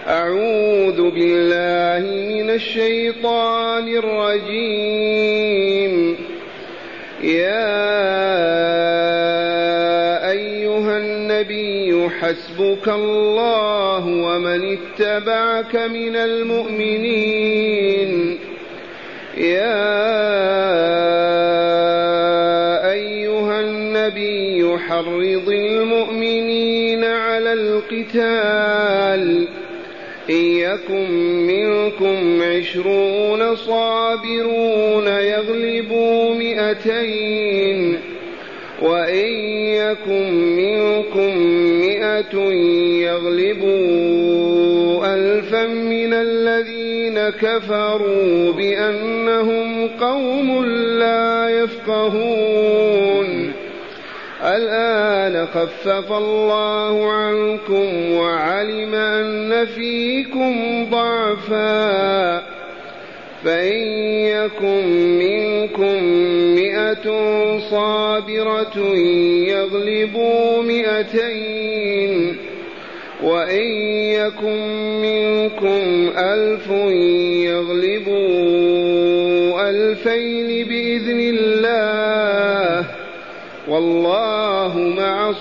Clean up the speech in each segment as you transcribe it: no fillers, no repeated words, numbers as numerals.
أعوذ بالله من الشيطان الرجيم. يا أيها النبي حسبك الله ومن اتبعك من المؤمنين. يا أيها النبي حرض المؤمنين على القتال إن يكن منكم 20 صابرون يغلبوا 200 وإن يكن منكم 100 يغلبوا 1000 من الذين كفروا بأنهم قوم لا يفقهون. الآن خفف الله عنكم وعلم أن فيكم ضعفا فإن يكن منكم 100 صابرة يغلبوا 200 وإن يكن منكم 1000 يغلبوا 2000 بإذن الله والله مع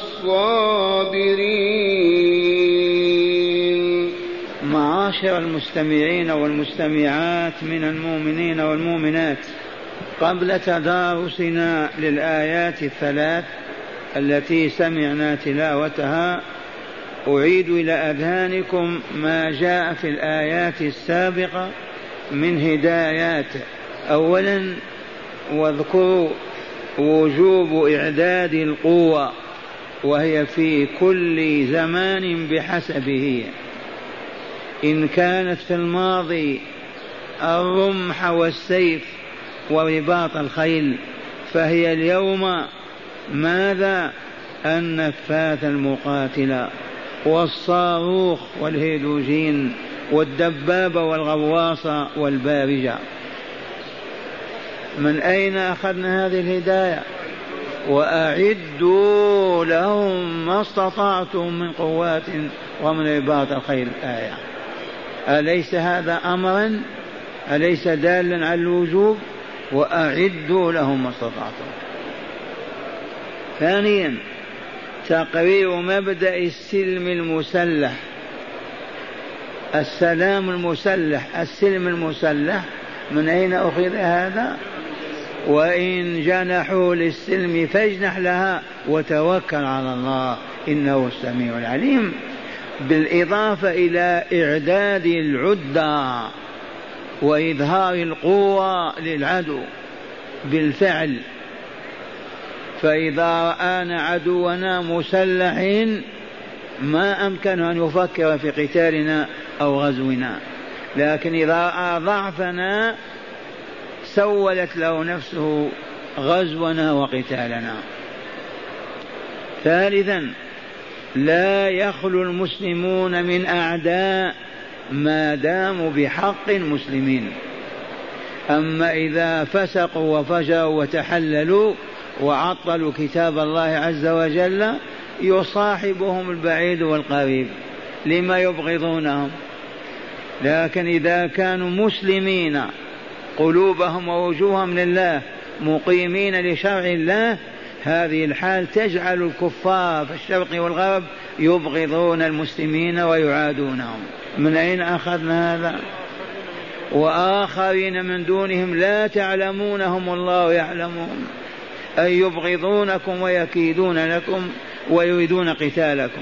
الصابرين. معاشر المستمعين والمستمعات من المؤمنين والمؤمنات، قبل تدارسنا للآيات الثلاث التي سمعنا تلاوتها أعيد إلى أذهانكم ما جاء في الآيات السابقة من هدايات. أولا واذكروا وجوب إعداد القوة وهي في كل زمان بحسبه. إن كانت في الماضي الرمح والسيف ورباط الخيل فهي اليوم ماذا؟ النفاث المقاتلة والصاروخ والهيدروجين والدبابة والغواصة والبارجة. من أين أخذنا هذه الهداية؟ وأعدوا لهم ما استطعتم من قوات ومن رباط الخيل. آية. أليس هذا أمرا؟ أليس دالا على الوجوب؟ وأعدوا لهم ما استطعتم. ثانيا تقرير مبدأ السلم المسلح. السلام المسلح، السلم المسلح، من أين أخذ هذا؟ وإن جنحوا للسلم فاجنح لها وتوكل على الله إنه السميع العليم. بالإضافة إلى إعداد العدة وإظهار القوة للعدو بالفعل. فإذا رآنا عدونا مسلحين ما أمكنه أن يفكر في قتالنا أو غزونا، لكن إذا رأى ضعفنا سولت له نفسه غزونا وقتالنا. ثالثا لا يخلو المسلمون من أعداء ما داموا بحق مسلمين. أما إذا فسقوا وفجروا وتحللوا وعطلوا كتاب الله عز وجل يصاحبهم البعيد والقريب لما يبغضونهم. لكن إذا كانوا مسلمين قلوبهم ووجوههم لله مقيمين لشرع الله هذه الحال تجعل الكفار في الشرق والغرب يبغضون المسلمين ويعادونهم. من أين أخذنا هذا؟ وآخرين من دونهم لا تعلمونهم الله يعلمون، أي يبغضونكم ويكيدون لكم ويريدون قتالكم.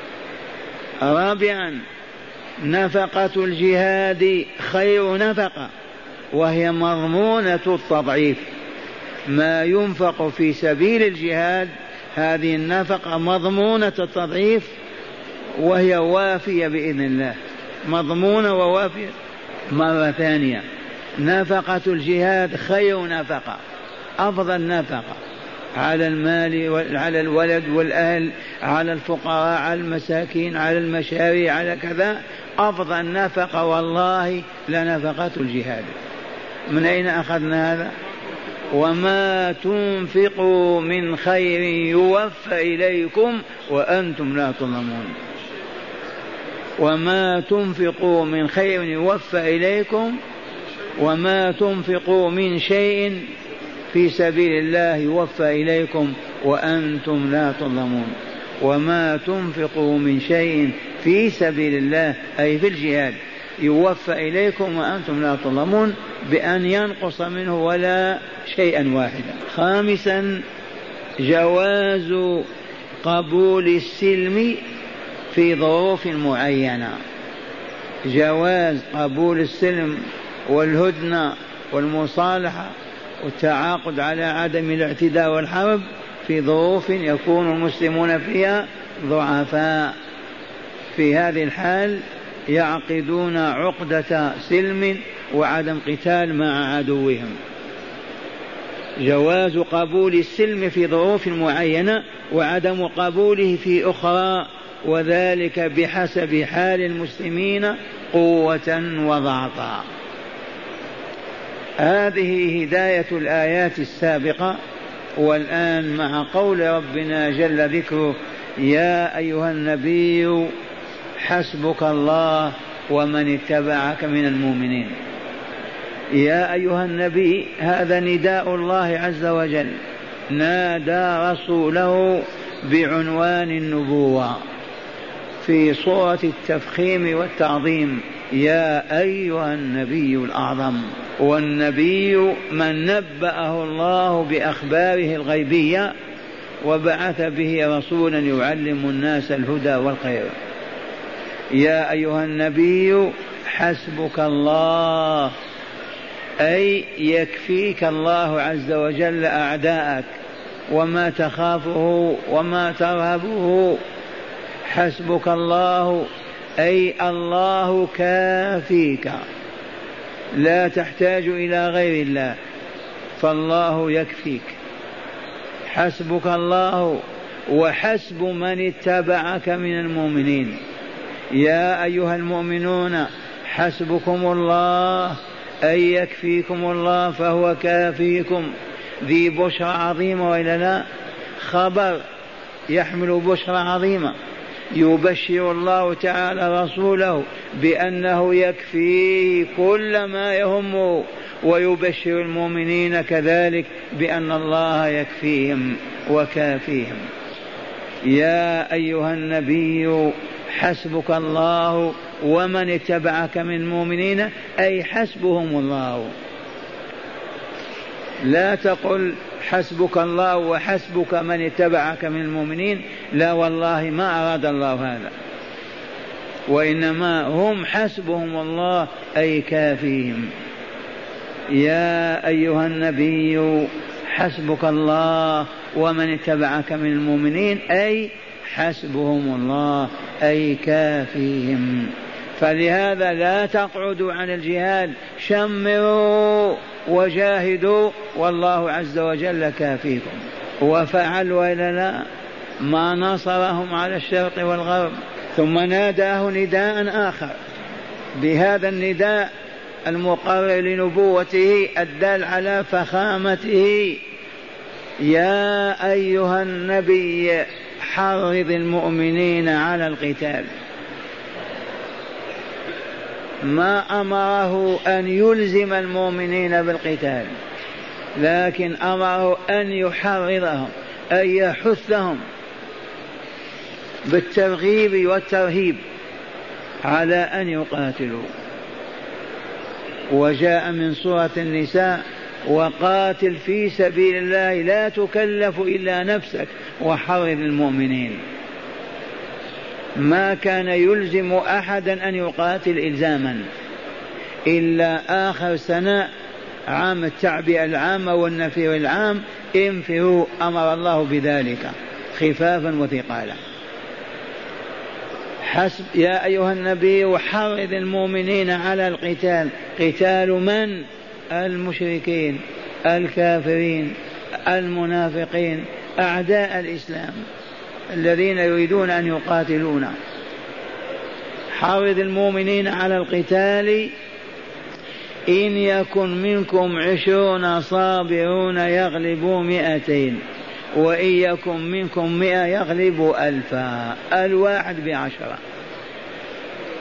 رابعا نفقة الجهاد خير نفقة وهي مضمونة التضعيف. ما ينفق في سبيل الجهاد هذه النفقة مضمونة التضعيف وهي وافية بإذن الله، مضمونة ووافية. مرة ثانية نفقة الجهاد خير نفقة، أفضل نفقة على المال وعلى الولد والأهل، على الفقراء، على المساكين، على المشاريع، على كذا. أفضل نفقة والله لنفقة الجهاد. من أين أخذنا هذا؟ وما تنفقوا من خير يوفى إليكم وأنتم لا تظلمون. وما تنفقوا من خير يوفى إليكم وما تنفقوا من شيء في سبيل الله يوفى إليكم وأنتم لا تظلمون. وما تنفقوا من شيء في سبيل الله أي في الجهاد يوفى إليكم وأنتم لا تظلمون بأن ينقص منه ولا شيئا واحدا. خامسا جواز قبول السلم في ظروف معينة. جواز قبول السلم والهدنة والمصالحة والتعاقد على عدم الاعتداء والحرب في ظروف يكون المسلمون فيها ضعفاء. في هذه الحال يعقدون عقدة سلم وعدم قتال مع عدوهم. جواز قبول السلم في ظروف معينة وعدم قبوله في أخرى، وذلك بحسب حال المسلمين قوة وضعفا. هذه هداية الآيات السابقة. والآن مع قول ربنا جل ذكره: يا أيها النبي حسبك الله ومن اتبعك من المؤمنين. يا أيها النبي هذا نداء الله عز وجل، نادى رسوله بعنوان النبوة في صورة التفخيم والتعظيم: يا أيها النبي الأعظم. والنبي من نبأه الله بأخباره الغيبية وبعث به رسولا يعلم الناس الهدى والخير. يا أيها النبي حسبك الله أي يكفيك الله عز وجل أعداءك وما تخافه وما ترهبه. حسبك الله أي الله كافيك، لا تحتاج إلى غير الله فالله يكفيك. حسبك الله وحسب من اتبعك من المؤمنين. يا أيها المؤمنون حسبكم الله أي يكفيكم الله فهو كافيكم. ذي بشرى عظيمة وإلا لا؟ خبر يحمل بشرى عظيمة. يبشر الله تعالى رسوله بأنه يكفيه كل ما يهمه، ويبشر المؤمنين كذلك بأن الله يكفيهم وكافيهم. يا أيها النبي حسبك الله ومن اتبعك من المؤمنين أي حسبهم الله. لا تقل حسبك الله وحسبك من اتبعك من المؤمنين، لا والله ما أراد الله هذا، وإنما هم حسبهم الله أي كافيهم. يا أيها النبي حسبك الله ومن اتبعك من المؤمنين أي حسبهم الله أي كافيهم. فلهذا لا تقعدوا عن الجهاد، شمروا وجاهدوا والله عز وجل كافيكم. وفعلوا وإلا لا؟ ما نصرهم على الشرق والغرب. ثم ناداه نداء آخر بهذا النداء المقرر لنبوته الدال على فخامته: يا أيها النبي حرض المؤمنين على القتال. ما أمره أن يلزم المؤمنين بالقتال، لكن أمره أن يحرضهم أن يحثهم بالترغيب والترهيب على أن يقاتلوا. وجاء من سورة النساء: وقاتل في سبيل الله لا تكلف إلا نفسك وحرض المؤمنين. ما كان يلزم أحدا أن يقاتل إلزاما إلا آخر سنة عام التعبئة العامة والنفير العام: انفروا، أمر الله بذلك خفافا وثقالا. حسب يا أيها النبي حرض المؤمنين على القتال. قتال من؟ المشركين الكافرين المنافقين أعداء الإسلام الذين يريدون أن يقاتلونا. حرض المؤمنين على القتال: إن يكن منكم 20 صابرون يغلبوا 200 وإن يكن منكم 100 يغلبوا 1000. الواحد ب10.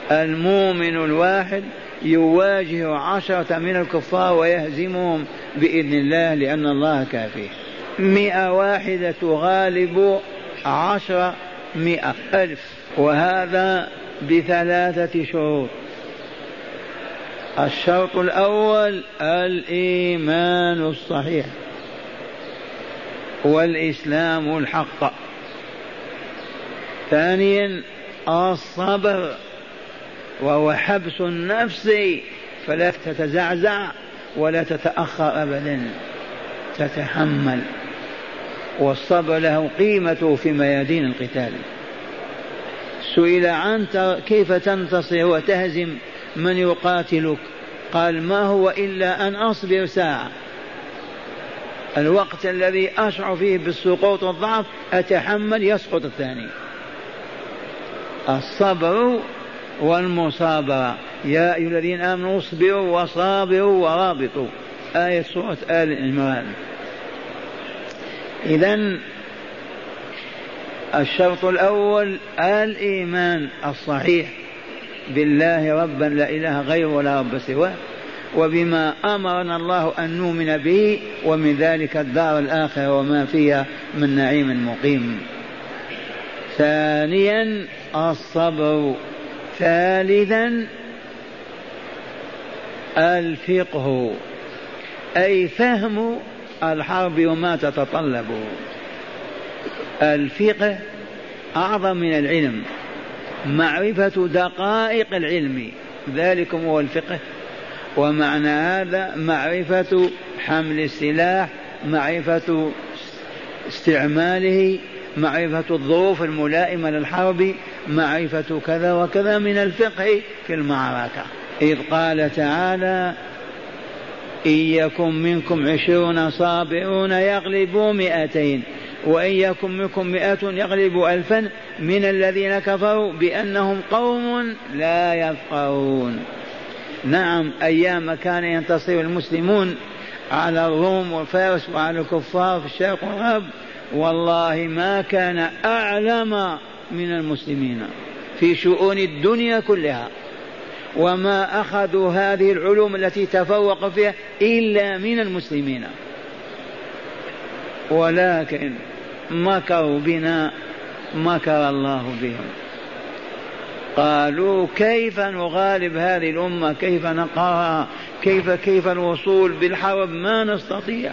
المؤمن الواحد يواجه 10 من الكفار ويهزمهم بإذن الله، لأن الله كافيه. 100 واحدة تغالب 100,000، وهذا ب3 شروط. الشرط الأول الإيمان الصحيح والإسلام الحق. ثانيا الصبر، وهو حبس النفس فلا تتزعزع ولا تتأخر أبدا، تتحمل. والصبر له قيمته في ميادين القتال. سئل عن كيف تنتصر وتهزم من يقاتلك، قال ما هو إلا أن أصبر ساعة، الوقت الذي أشعر فيه بالسقوط والضعف أتحمل، يسقط الثاني. الصبر والمصابرة. يا أيها الذين آمنوا اصبروا وصابروا ورابطوا، آية سورة آل عمران. إذن الشرط الأول الإيمان الصحيح بالله ربا لا إله غيره ولا رب سواه، وبما أمرنا الله أن نؤمن به، ومن ذلك الدار الآخرة وما فيها من نعيم مقيم. ثانيا الصبر. ثالثا الفقه، أي فهم الحرب وما تتطلبه. الفقه أعظم من العلم، معرفة دقائق العلم، ذلكم هو الفقه. ومعنى هذا معرفة حمل السلاح، معرفة استعماله، معرفة الظروف الملائمة للحرب، معرفة كذا وكذا من الفقه في المعركة. إذ قال تعالى إن يكن منكم 20 صابرون يغلبوا 200 وإن يكن منكم 100 يغلبوا 1000 من الذين كفروا بأنهم قوم لا يفقهون. نعم، أيام كان ينتصر المسلمون على الروم وفارس وعلى الكفار في الشرق والغرب، والله ما كان أعلم من المسلمين في شؤون الدنيا كلها، وما أخذوا هذه العلوم التي تفوقوا فيها إلا من المسلمين. ولكن مكروا بنا، مكر الله بهم. قالوا كيف نغالب هذه الأمة، كيف نقاها، كيف الوصول بالحرب، ما نستطيع.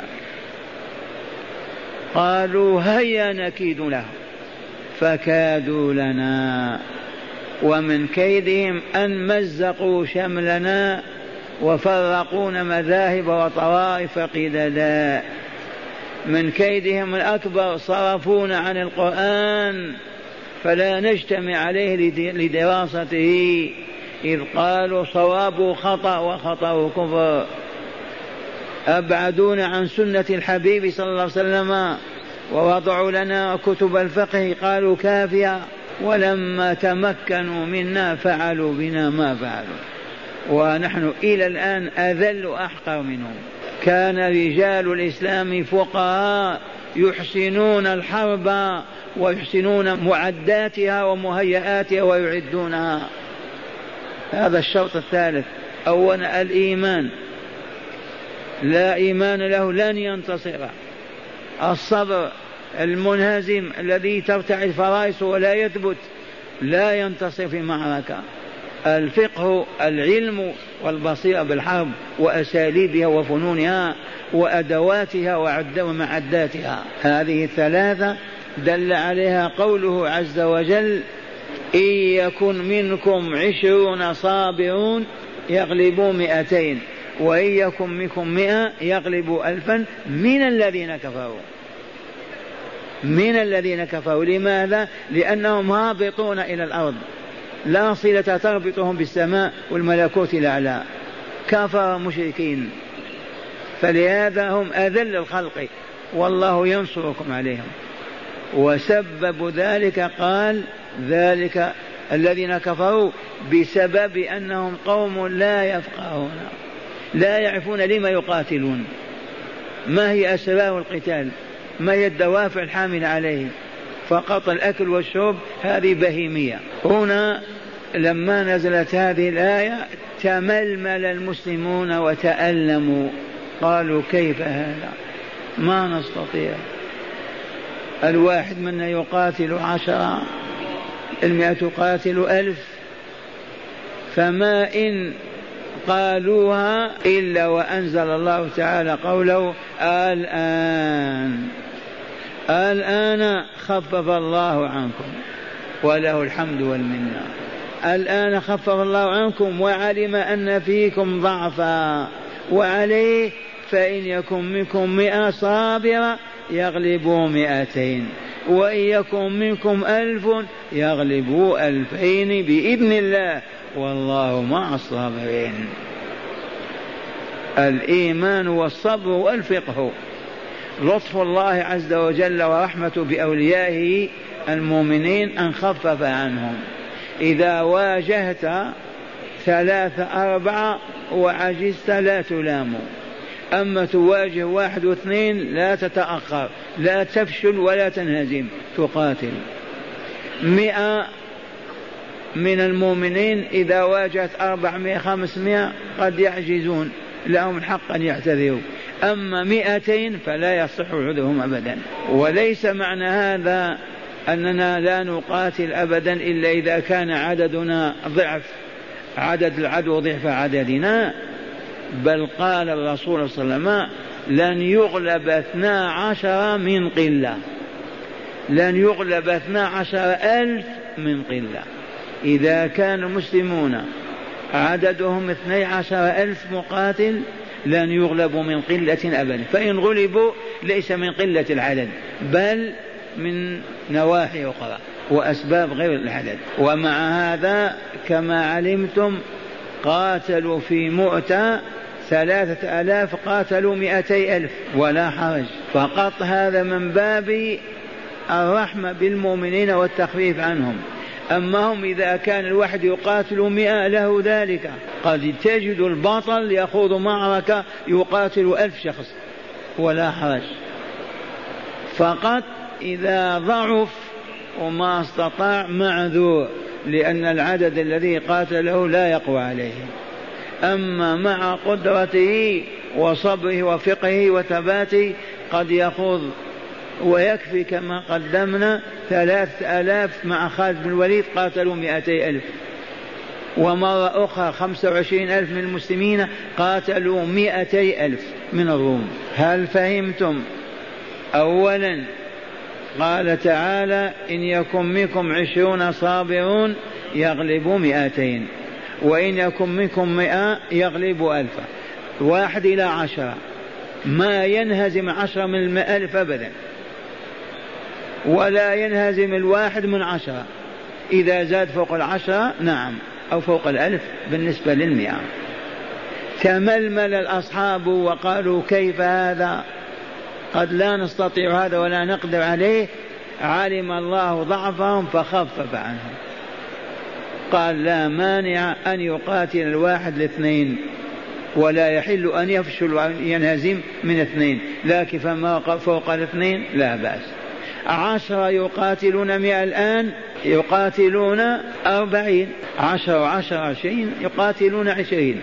قالوا هيا نكيد له، فكادوا لنا. ومن كيدهم أن مزقوا شملنا وفرقون مذاهب وطوائف قددا. من كيدهم الأكبر صرفونا عن القرآن فلا نجتمع عليه لدراسته، إذ قالوا صواب خطأ وخطأ كفر. أبعدونا عن سنة الحبيب صلى الله عليه وسلم، ووضعوا لنا كتب الفقه قالوا كافية، ولما تمكنوا منا فعلوا بنا ما فعلوا، ونحن إلى الآن أذل أحقر منهم. كان رجال الإسلام فقهاء يحسنون الحرب ويحسنون معداتها ومهيئاتها ويعدونها. هذا الشرط الثالث. أولا الإيمان، لا إيمان له لن ينتصر. الصبر، المنهزم الذي ترتعد فرائسه ولا يثبت لا ينتصر في معركة. الفقه، العلم والبصيرة بالحرب وأساليبها وفنونها وأدواتها ومعداتها. هذه الثلاثة دل عليها قوله عز وجل إن يكن منكم 20 صابرون يغلبوا 200 وإن يكن منكم 100 يغلبوا 1000 من الذين كفروا. من الذين كفروا. لماذا؟ لأنهم هابطون إلى الأرض، لا صلة تربطهم بالسماء والملكوت الأعلى، كفر مشركين، فلهذا هم أذل الخلق، والله ينصركم عليهم. وسبب ذلك قال ذلك الذين كفروا بسبب أنهم قوم لا يفقهون، لا يعرفون لما يقاتلون، ما هي أسباب القتال، ما هي الدوافع الحاملة عليه، فقط الأكل والشرب، هذه بهيمية. هنا لما نزلت هذه الآية تململ المسلمون وتألموا، قالوا كيف هذا؟ ما نستطيع. الواحد منا يقاتل 10، 100 يقاتل 1000، فما إن قالوها إلا وأنزل الله تعالى قوله الآن خفف الله عنكم وله الحمد والمنة. الآن خفف الله عنكم وعلم أن فيكم ضعفا، وعليه فإن يكن منكم 100 صابرة يغلبوا 200، وإن يكن منكم 1000 يغلبوا 2000 بإذن الله، والله مع الصابرين. الإيمان والصبر والفقه لطف الله عز وجل ورحمته بأوليائه المؤمنين أن خفف عنهم. إذا واجهت 3 4 وعجزت لا تلام، أما تواجه 1 و2 لا تتأخر، لا تفشل ولا تنهزم، تقاتل. 100 من المؤمنين إذا واجهت 400 500 قد يعجزون، لهم الحق أن يعتذروا، أما 200 فلا يصح عذرهم أبدا. وليس معنى هذا أننا لا نقاتل أبدا إلا إذا كان عددنا ضعف عدد العدو ضعف عددنا، بل قال الرسول صلى الله عليه وسلم لن يغلب 12 من قلة، لن يغلب 12,000 من قلة. إذا كان المسلمون عددهم 12,000 مقاتل لن يغلبوا من قلة أبدا، فإن غلبوا ليس من قلة العدد بل من نواحي أخرى وأسباب غير العدد. ومع هذا كما علمتم قاتلوا في مؤتة 3000 قاتلوا 200,000 ولا حرج، فقط هذا من باب الرحمة بالمؤمنين والتخفيف عنهم. أما هم إذا كان الواحد يقاتل 100 له ذلك، قد تجد البطل يخوض معركة يقاتل 1000 شخص ولا حرج، فقط إذا ضعف وما استطاع معذور، لأن العدد الذي قاتله لا يقوى عليه. أما مع قدرته وصبره وفقه وثباته قد يخوض ويكفي. كما قدمنا 3000 مع خالد بن الوليد قاتلوا 200,000، ومرة أخرى 25,000 من المسلمين قاتلوا 200,000 من الروم. هل فهمتم؟ أولا قال تعالى إن يكن منكم 20 صابرون يغلبوا 200، وإن يكن منكم 100 يغلبوا 1000. 1 إلى 10 ما ينهزم 10 من 100,000 أبدا، ولا ينهزم 1 من 10. إذا زاد فوق 10 نعم، أو فوق 1000 بالنسبة لل100. تململ الأصحاب وقالوا كيف هذا؟ قد لا نستطيع هذا ولا نقدر عليه. علم الله ضعفهم فخفف عنهم، قال لا مانع أن يقاتل 1 ل2، ولا يحل أن يفشل وأن ينهزم من 2، لكن فما فوق 2 لا بأس. 10 يقاتلون 100 الآن يقاتلون 40، 10 و10 20 يقاتلون 20،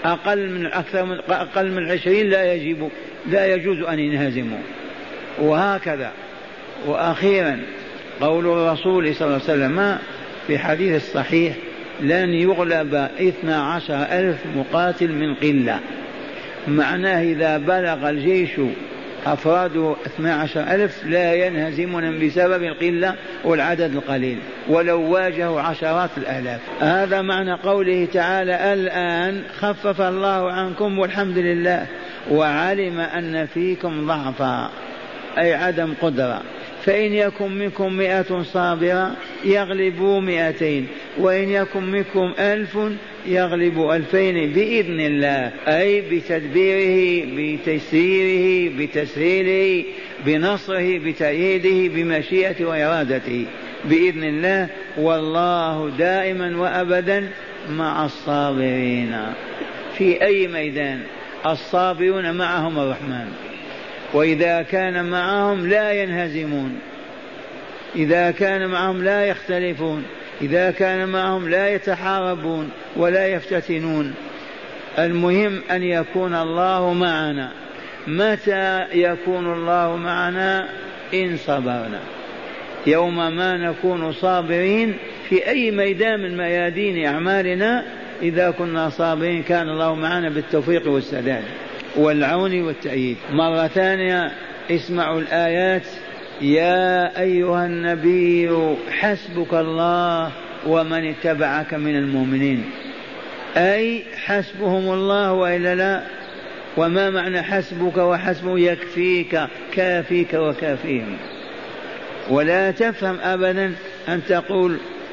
أقل من 20 لا يجوز أن ينهزموا، وهكذا. وأخيرا قول الرسول صلى الله عليه وسلم في حديث الصحيح لن يغلب 12,000 مقاتل من قلة، معناه إذا بلغ الجيش أفراده 12,000 لا ينهزمون بسبب القلة والعدد القليل ولو واجهوا عشرات الآلاف. هذا معنى قوله تعالى الآن خفف الله عنكم والحمد لله، وعلم أن فيكم ضعفا أي عدم قدرة، فإن يكن منكم 100 صابرة يغلبوا 200، وإن يكن منكم 1000 يغلب 2000 بإذن الله، أي بتدبيره بتيسيره بتسهيله بنصره بتأييده بمشيئته وإرادته بإذن الله، والله دائما وأبدا مع الصابرين. في أي ميدان الصابرون معهم الرحمن، وإذا كان معهم لا ينهزمون، إذا كان معهم لا يختلفون، إذا كان معهم لا يتحاربون ولا يفتتنون. المهم أن يكون الله معنا. متى يكون الله معنا؟ إن صبرنا. يوم ما نكون صابرين في أي ميدان من ميادين أعمالنا، إذا كنا صابرين كان الله معنا بالتوفيق والسداد والعون والتأييد. مرة ثانية اسمعوا الآيات: يا أيها النبي حسبك الله ومن اتبعك من المؤمنين. أي حسبهم الله وإلا لا؟ وما معنى حسبك وحسبه؟ يكفيك، كافيك وكافيهم. ولا تفهم أبدا أن تقول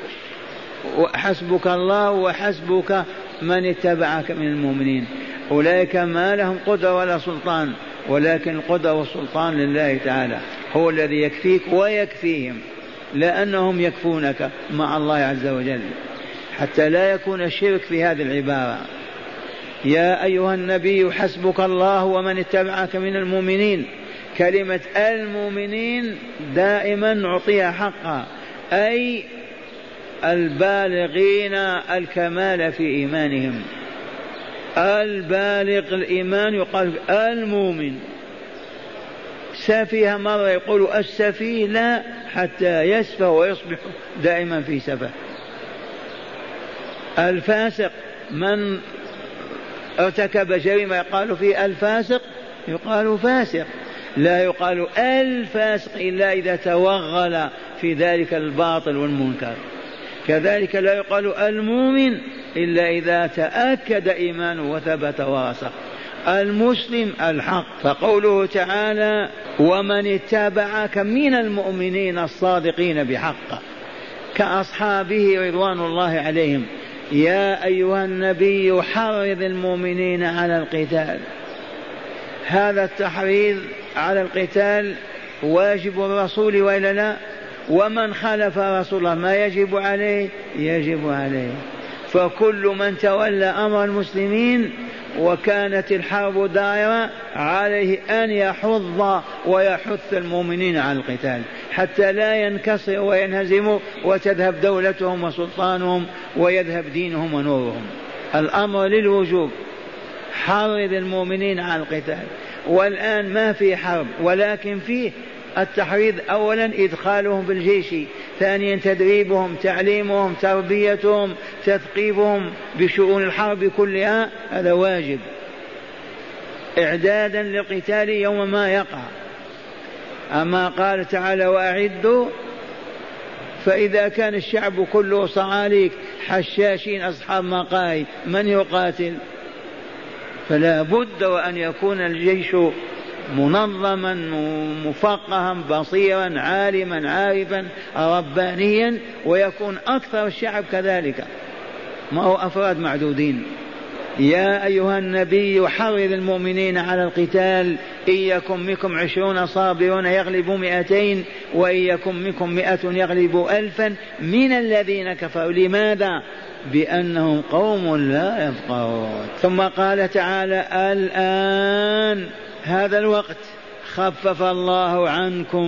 حسبك الله وحسبك من اتبعك من المؤمنين. أولئك ما لهم قدرة ولا سلطان، ولكن القدرة والسلطان لله تعالى، هو الذي يكفيك ويكفيهم، لأنهم يكفونك مع الله عز وجل، حتى لا يكون الشرك في هذه العبارة. يا أيها النبي حسبك الله ومن اتبعك من المؤمنين. كلمة المؤمنين دائما نعطيها حقها، أي البالغين الكمال في إيمانهم. البالغ الإيمان يقال المؤمن. سفيه مرة يقول السفيه، لا، حتى يسفه ويصبح دائما في سفه. الفاسق من ارتكب جريمة يقال فيه الفاسق، يقال فاسق، لا يقال الفاسق إلا إذا توغل في ذلك الباطل والمنكر. كذلك لا يقال المؤمن إلا إذا تأكد إيمانه وثبت ورسخ. المسلم الحق. فقوله تعالى ومن اتبعك من المؤمنين الصادقين بحق كأصحابه رضوان الله عليهم. يا أيها النبي حرض المؤمنين على القتال. هذا التحريض على القتال واجب الرسول وإلا لا؟ ومن خالف رسوله ما يجب عليه؟ يجب عليه. فكل من تولى أمر المسلمين وكانت الحرب دائرة عليه أن يحض ويحث المؤمنين على القتال حتى لا ينكسر وينهزموا وتذهب دولتهم وسلطانهم ويذهب دينهم ونورهم. الأمر للوجوب، حرض المؤمنين على القتال. والآن ما في حرب، ولكن فيه التحريض. أولا إدخالهم بالجيش، ثانيا تدريبهم، تعليمهم، تربيتهم، تثقيفهم بشؤون الحرب كلها، هذا واجب إعدادا للقتال يوم ما يقع. أما قال تعالى وأعدوا، فإذا كان الشعب كله صعاليك حشاشين أصحاب مقاهي من يقاتل؟ فلا بد وأن يكون الجيش منظما مفقها بصيرا عالما عارفا ربانيا، ويكون أكثر الشعب كذلك، ما هو أفراد معدودين. يا أيها النبي حرض المؤمنين على القتال إن يكن منكم 20 صابرون يغلبوا 200 وإن يكن منكم 100 يغلبوا 1000 من الذين كفروا. لماذا؟ بأنهم قوم لا يفقهون. ثم قال تعالى الآن هذا الوقت خفف الله عنكم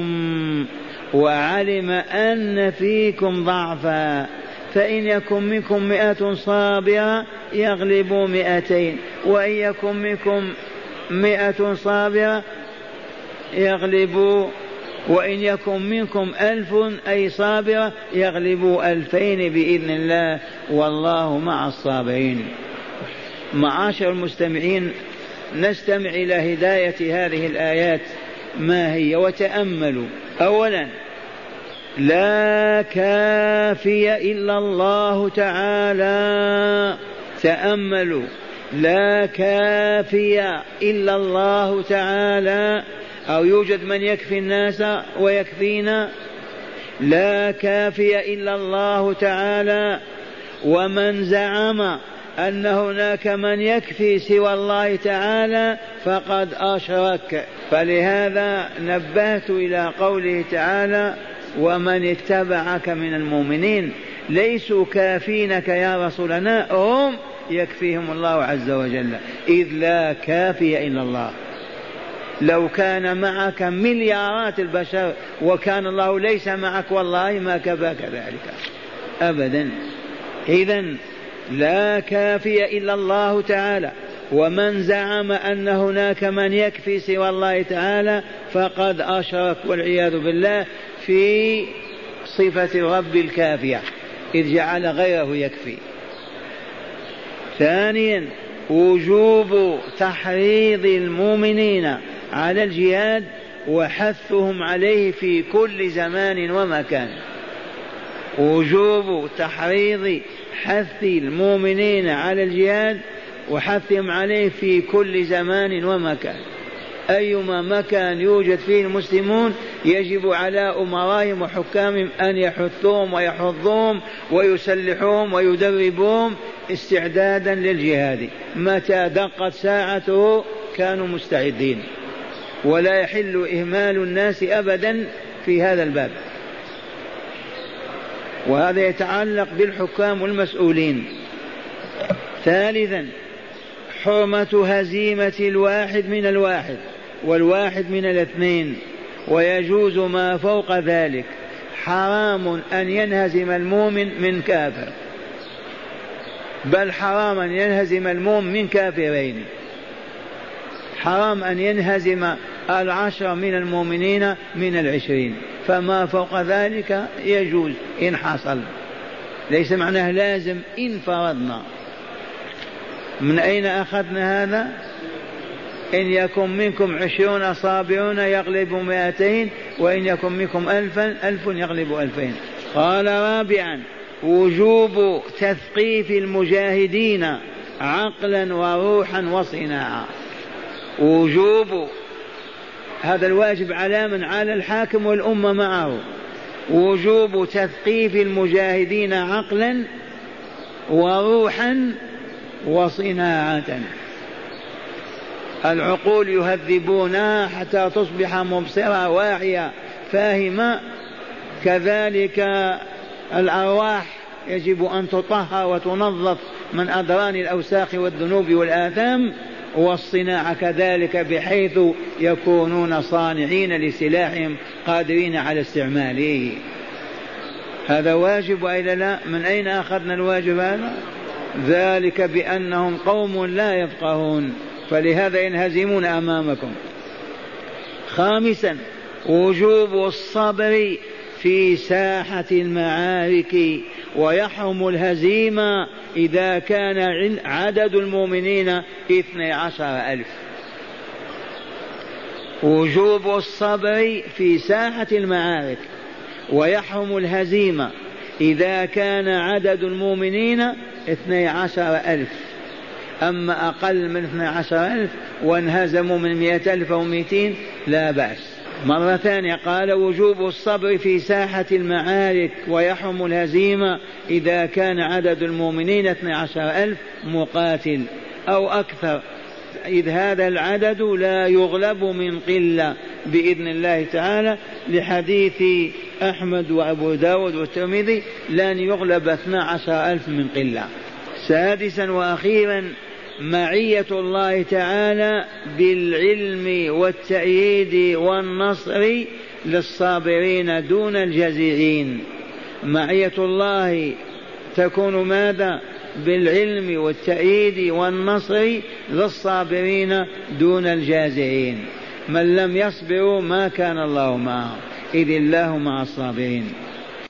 وعلم أن فيكم ضعفا فإن يكن منكم 100 صابرة يغلبوا 200 وإن يكن منكم 100 صابرة يغلبوا وإن يكن منكم 1000 أي صابرة يغلبوا 2000 بإذن الله والله مع الصابرين. معاشر المستمعين، نستمع إلى هداية هذه الآيات ما هي وتأملوا. أولا لا كافي إلا الله تعالى. تأملوا، لا كافي إلا الله تعالى. أو يوجد من يكفي الناس ويكفينا؟ لا كافي إلا الله تعالى. ومن زعم أن هناك من يكفي سوى الله تعالى فقد أشرك. فلهذا نبهت إلى قوله تعالى ومن اتبعك من المؤمنين. ليسوا كافينك يا رسولنا، هم يكفيهم الله عز وجل، إذ لا كافي إلا الله. لو كان معك مليارات البشر وكان الله ليس معك والله ما كفاك ذلك. أبدا. إذن لا كافي إلا الله تعالى، ومن زعم أن هناك من يكفي سوى الله تعالى فقد أشرك والعياذ بالله في صفة رب الكافية، إذ جعل غيره يكفي. ثانيا وجوب تحريض المؤمنين على الجهاد وحثهم عليه في كل زمان ومكان. وجوب تحريض حث المؤمنين على الجهاد وحثهم عليه في كل زمان ومكان. أيما مكان يوجد فيه المسلمون يجب على أمرائهم وحكامهم أن يحثوهم ويحضوهم ويسلحوهم ويدربوهم استعدادا للجهاد. متى دقت ساعته كانوا مستعدين، ولا يحل إهمال الناس أبدا في هذا الباب. وهذا يتعلق بالحكام والمسؤولين. ثالثا حرمة هزيمة الواحد من الواحد والواحد من الاثنين، ويجوز ما فوق ذلك. حرام أن ينهزم المؤمن من كافر، بل حرام أن ينهزم المؤمن من كافرين. حرام أن ينهزم 10 من المؤمنين من 20، فما فوق ذلك يجوز إن حصل، ليس معناه لازم إن فرضنا. من أين أخذنا هذا؟ إن يكن منكم 20 صابرون يغلبوا 200، وإن يكن منكم 1000 يغلبوا 2000. قال رابعا وجوب تثقيف المجاهدين عقلا وروحا وصناعة. وجوب هذا الواجب على من؟ على الحاكم والأمة معه. وجوب تثقيف المجاهدين عقلا وروحا وصناعة. العقول يهذبونها حتى تصبح مبصرة واعية فاهمة، كذلك الأرواح يجب أن تطهر وتنظف من أدران الأوساخ والذنوب والآثام، والصناعة كذلك بحيث يكونون صانعين لسلاحهم قادرين على استعماله. هذا واجب وإلا لا؟ من أين أخذنا الواجب هذا؟ ذلك بأنهم قوم لا يفقهون، فلهذا ينهزمون أمامكم. خامسا وجوب الصبر في ساحة المعارك، ويحرم الهزيمة إذا كان عدد المؤمنين 12,000. وجوب الصبر في ساحة المعارك، ويحرم الهزيمة إذا كان عدد المؤمنين 12,000. أما أقل من 12,000 وانهزموا من 100,000 أو 200 لا بأس. مرة ثانية قال وجوب الصبر في ساحة المعارك ويحرم الهزيمة إذا كان عدد المؤمنين 12,000 مقاتل أو أكثر، إذ هذا العدد لا يغلب من قلة بإذن الله تعالى، لحديث أحمد وأبو داود والترمذي لن يغلب 12,000 من قلة. سادسا وأخيرا معية الله تعالى بالعلم والتأييد والنصر للصابرين دون الجزيعين. معية الله تكون ماذا؟ بالعلم والتأييد والنصر للصابرين دون الجازعين. من لم يصبروا ما كان الله معهم، إذ الله مع الصابرين.